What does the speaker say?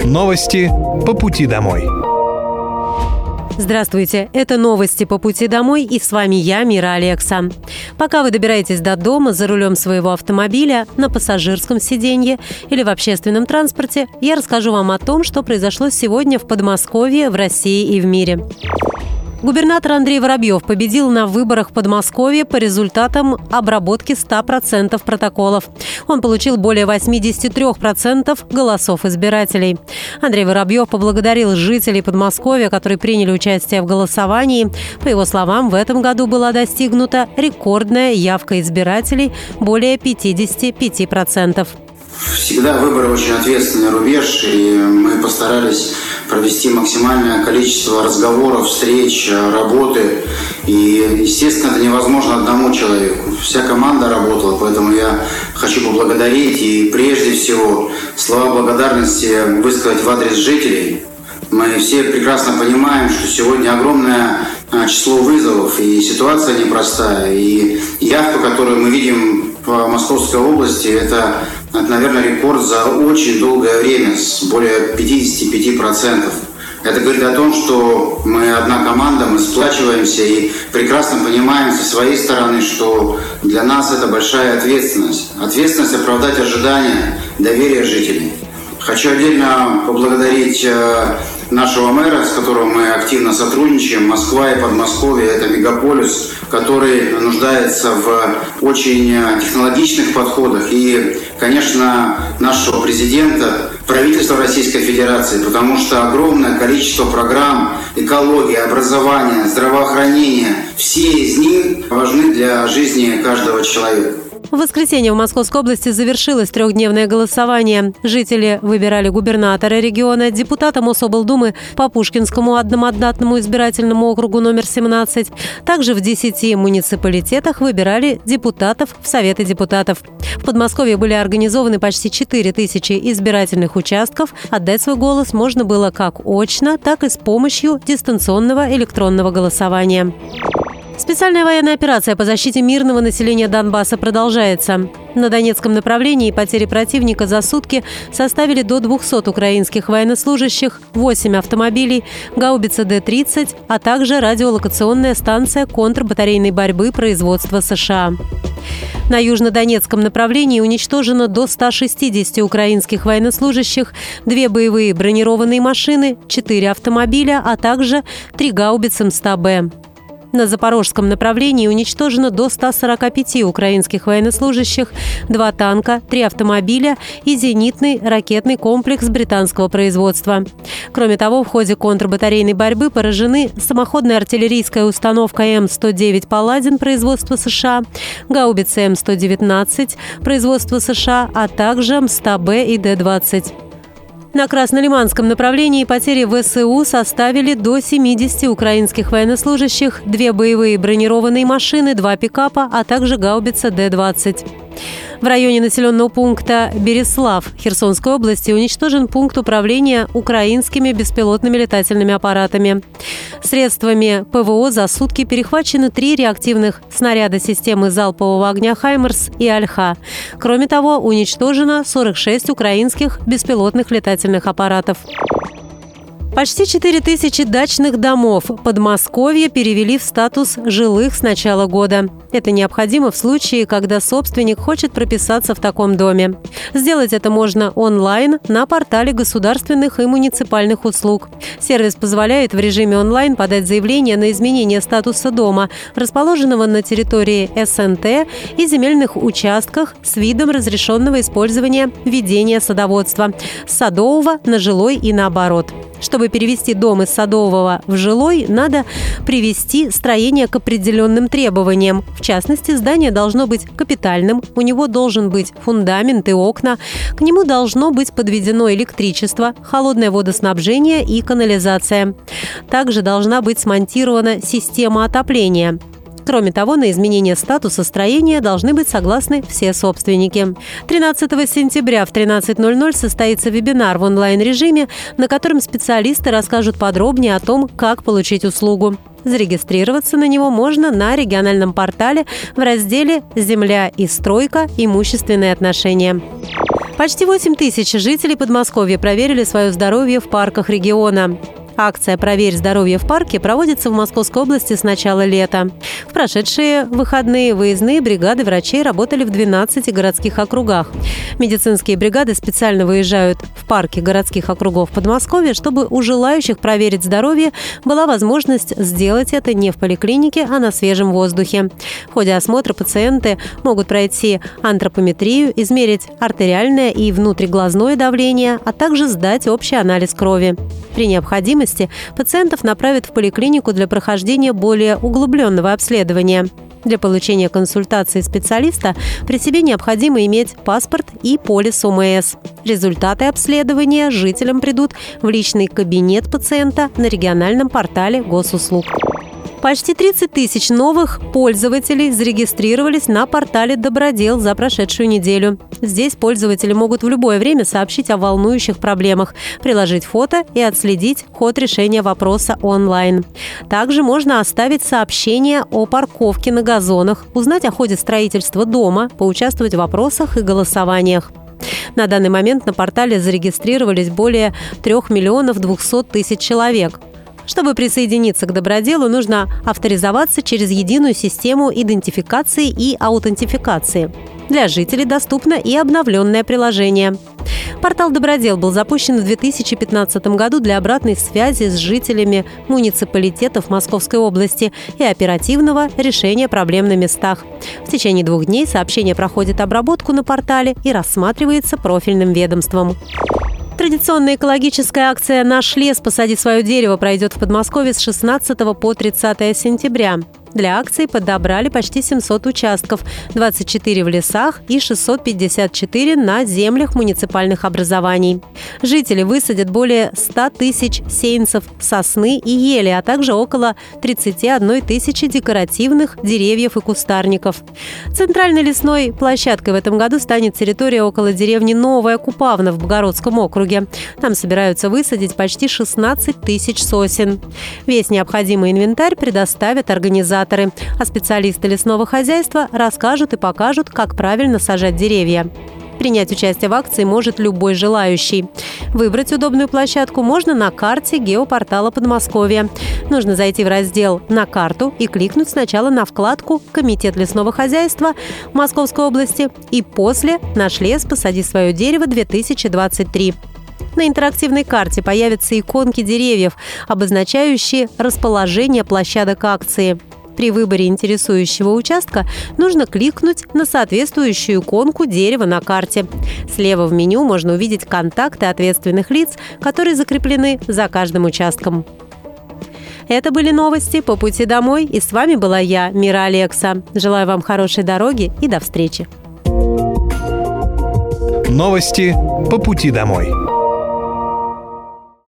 Новости по пути домой. Здравствуйте, это новости по пути домой, и с вами я, Мира Алекса. Пока вы добираетесь до дома за рулем своего автомобиля, на пассажирском сиденье или в общественном транспорте, я расскажу вам о том, что произошло сегодня в Подмосковье, в России и в мире. Губернатор Андрей Воробьев победил на выборах в Подмосковье по результатам обработки 100% протоколов. Он получил более 83% голосов избирателей. Андрей Воробьев поблагодарил жителей Подмосковья, которые приняли участие в голосовании. По его словам, в этом году была достигнута рекордная явка избирателей – более 55%. Всегда выборы очень ответственный рубеж, и мы постарались провести максимальное количество разговоров, встреч, работы. И, естественно, это невозможно одному человеку. Вся команда работала, поэтому я хочу поблагодарить и прежде всего слова благодарности высказать в адрес жителей. Мы все прекрасно понимаем, что сегодня огромное число вызовов, и ситуация непростая. И явка, которую мы видим в Московской области, это, наверное, рекорд за очень долгое время, с более 55%. Это говорит о том, что мы одна команда, мы сплачиваемся и прекрасно понимаем со своей стороны, что для нас это большая ответственность. Ответственность оправдать ожидания, доверие жителей. Хочу отдельно поблагодарить нашего мэра, с которым мы активно сотрудничаем. Москва и Подмосковье – это мегаполис, который нуждается в очень технологичных подходах. И, конечно, нашего президента, правительства Российской Федерации, потому что огромное количество программ экологии, образования, здравоохранения, все из них важны для жизни каждого человека. В воскресенье в Московской области завершилось трехдневное голосование. Жители выбирали губернатора региона, депутата Мособлдумы по Пушкинскому одномандатному избирательному округу номер 17. Также в 10 муниципалитетах выбирали депутатов в Советы депутатов. В Подмосковье были организованы почти 4000 избирательных участков. Отдать свой голос можно было как очно, так и с помощью дистанционного электронного голосования. Специальная военная операция по защите мирного населения Донбасса продолжается. На Донецком направлении потери противника за сутки составили до 200 украинских военнослужащих, 8 автомобилей, гаубица Д-30, а также радиолокационная станция контрбатарейной борьбы производства США. На южнодонецком направлении уничтожено до 160 украинских военнослужащих, 2 боевые бронированные машины, 4 автомобиля, а также 3 гаубицы М100Б. На запорожском направлении уничтожено до 145 украинских военнослужащих, 2 танка, 3 автомобиля и зенитный ракетный комплекс британского производства. Кроме того, в ходе контрбатарейной борьбы поражены самоходная артиллерийская установка М109 «Палладин» производства США, гаубицы М119 производства США, а также М100Б и Д-20. На Краснолиманском направлении потери ВСУ составили до 70 украинских военнослужащих, 2 боевые бронированные машины, 2 пикапа, а также гаубица Д-20. В районе населенного пункта Береслав Херсонской области уничтожен пункт управления украинскими беспилотными летательными аппаратами. Средствами ПВО за сутки перехвачены 3 реактивных снаряда системы залпового огня «Хаймерс» и «Альха». Кроме того, уничтожено 46 украинских беспилотных летательных аппаратов. Почти 4000 дачных домов Подмосковья перевели в статус жилых с начала года. Это необходимо в случае, когда собственник хочет прописаться в таком доме. Сделать это можно онлайн на портале государственных и муниципальных услуг. Сервис позволяет в режиме онлайн подать заявление на изменение статуса дома, расположенного на территории СНТ и земельных участках с видом разрешенного использования ведения садоводства с садового на жилой и наоборот. Чтобы перевести дом из садового в жилой, надо привести строение к определенным требованиям. В частности, здание должно быть капитальным, у него должен быть фундамент и окна, к нему должно быть подведено электричество, холодное водоснабжение и канализация. Также должна быть смонтирована система отопления. Кроме того, на изменение статуса строения должны быть согласны все собственники. 13 сентября в 13:00 состоится вебинар в онлайн-режиме, на котором специалисты расскажут подробнее о том, как получить услугу. Зарегистрироваться на него можно на региональном портале в разделе «Земля и стройка. Имущественные отношения». Почти 8 тысяч жителей Подмосковья проверили свое здоровье в парках региона. Акция «Проверь здоровье в парке» проводится в Московской области с начала лета. В прошедшие выходные выездные бригады врачей работали в 12 городских округах. Медицинские бригады специально выезжают в парки городских округов Подмосковья, чтобы у желающих проверить здоровье была возможность сделать это не в поликлинике, а на свежем воздухе. В ходе осмотра пациенты могут пройти антропометрию, измерить артериальное и внутриглазное давление, а также сдать общий анализ крови. При необходимости пациентов направят в поликлинику для прохождения более углубленного обследования. Для получения консультации специалиста при себе необходимо иметь паспорт и полис ОМС. Результаты обследования жителям придут в личный кабинет пациента на региональном портале госуслуг. Почти 30 тысяч новых пользователей зарегистрировались на портале «Добродел» за прошедшую неделю. Здесь пользователи могут в любое время сообщить о волнующих проблемах, приложить фото и отследить ход решения вопроса онлайн. Также можно оставить сообщение о парковке на газонах, узнать о ходе строительства дома, поучаствовать в вопросах и голосованиях. На данный момент на портале зарегистрировались более 3 миллионов 200 тысяч человек. Чтобы присоединиться к «Доброделу», нужно авторизоваться через единую систему идентификации и аутентификации. Для жителей доступно и обновленное приложение. Портал «Добродел» был запущен в 2015 году для обратной связи с жителями муниципалитетов Московской области и оперативного решения проблем на местах. В течение 2 дней сообщение проходит обработку на портале и рассматривается профильным ведомством. Традиционная экологическая акция «Наш лес. Посади свое дерево» пройдет в Подмосковье с 16 по 30 сентября. Для акции подобрали почти 700 участков, 24 в лесах и 654 на землях муниципальных образований. Жители высадят более 100 тысяч сеянцев сосны и ели, а также около 31 тысячи декоративных деревьев и кустарников. Центральной лесной площадкой в этом году станет территория около деревни Новая Купавна в Богородском округе. Там собираются высадить почти 16 тысяч сосен. Весь необходимый инвентарь предоставят организаторы, а специалисты лесного хозяйства расскажут и покажут, как правильно сажать деревья. Принять участие в акции может любой желающий. Выбрать удобную площадку можно на карте геопортала Подмосковья. Нужно зайти в раздел «На карту» и кликнуть сначала на вкладку «Комитет лесного хозяйства Московской области» и после «Наш лес. Посади свое дерево 2023». На интерактивной карте появятся иконки деревьев, обозначающие расположение площадок акции. При выборе интересующего участка нужно кликнуть на соответствующую иконку дерева на карте. Слева в меню можно увидеть контакты ответственных лиц, которые закреплены за каждым участком. Это были новости по пути домой, и с вами была я, Мира Алекса. Желаю вам хорошей дороги и до встречи. Новости по пути домой.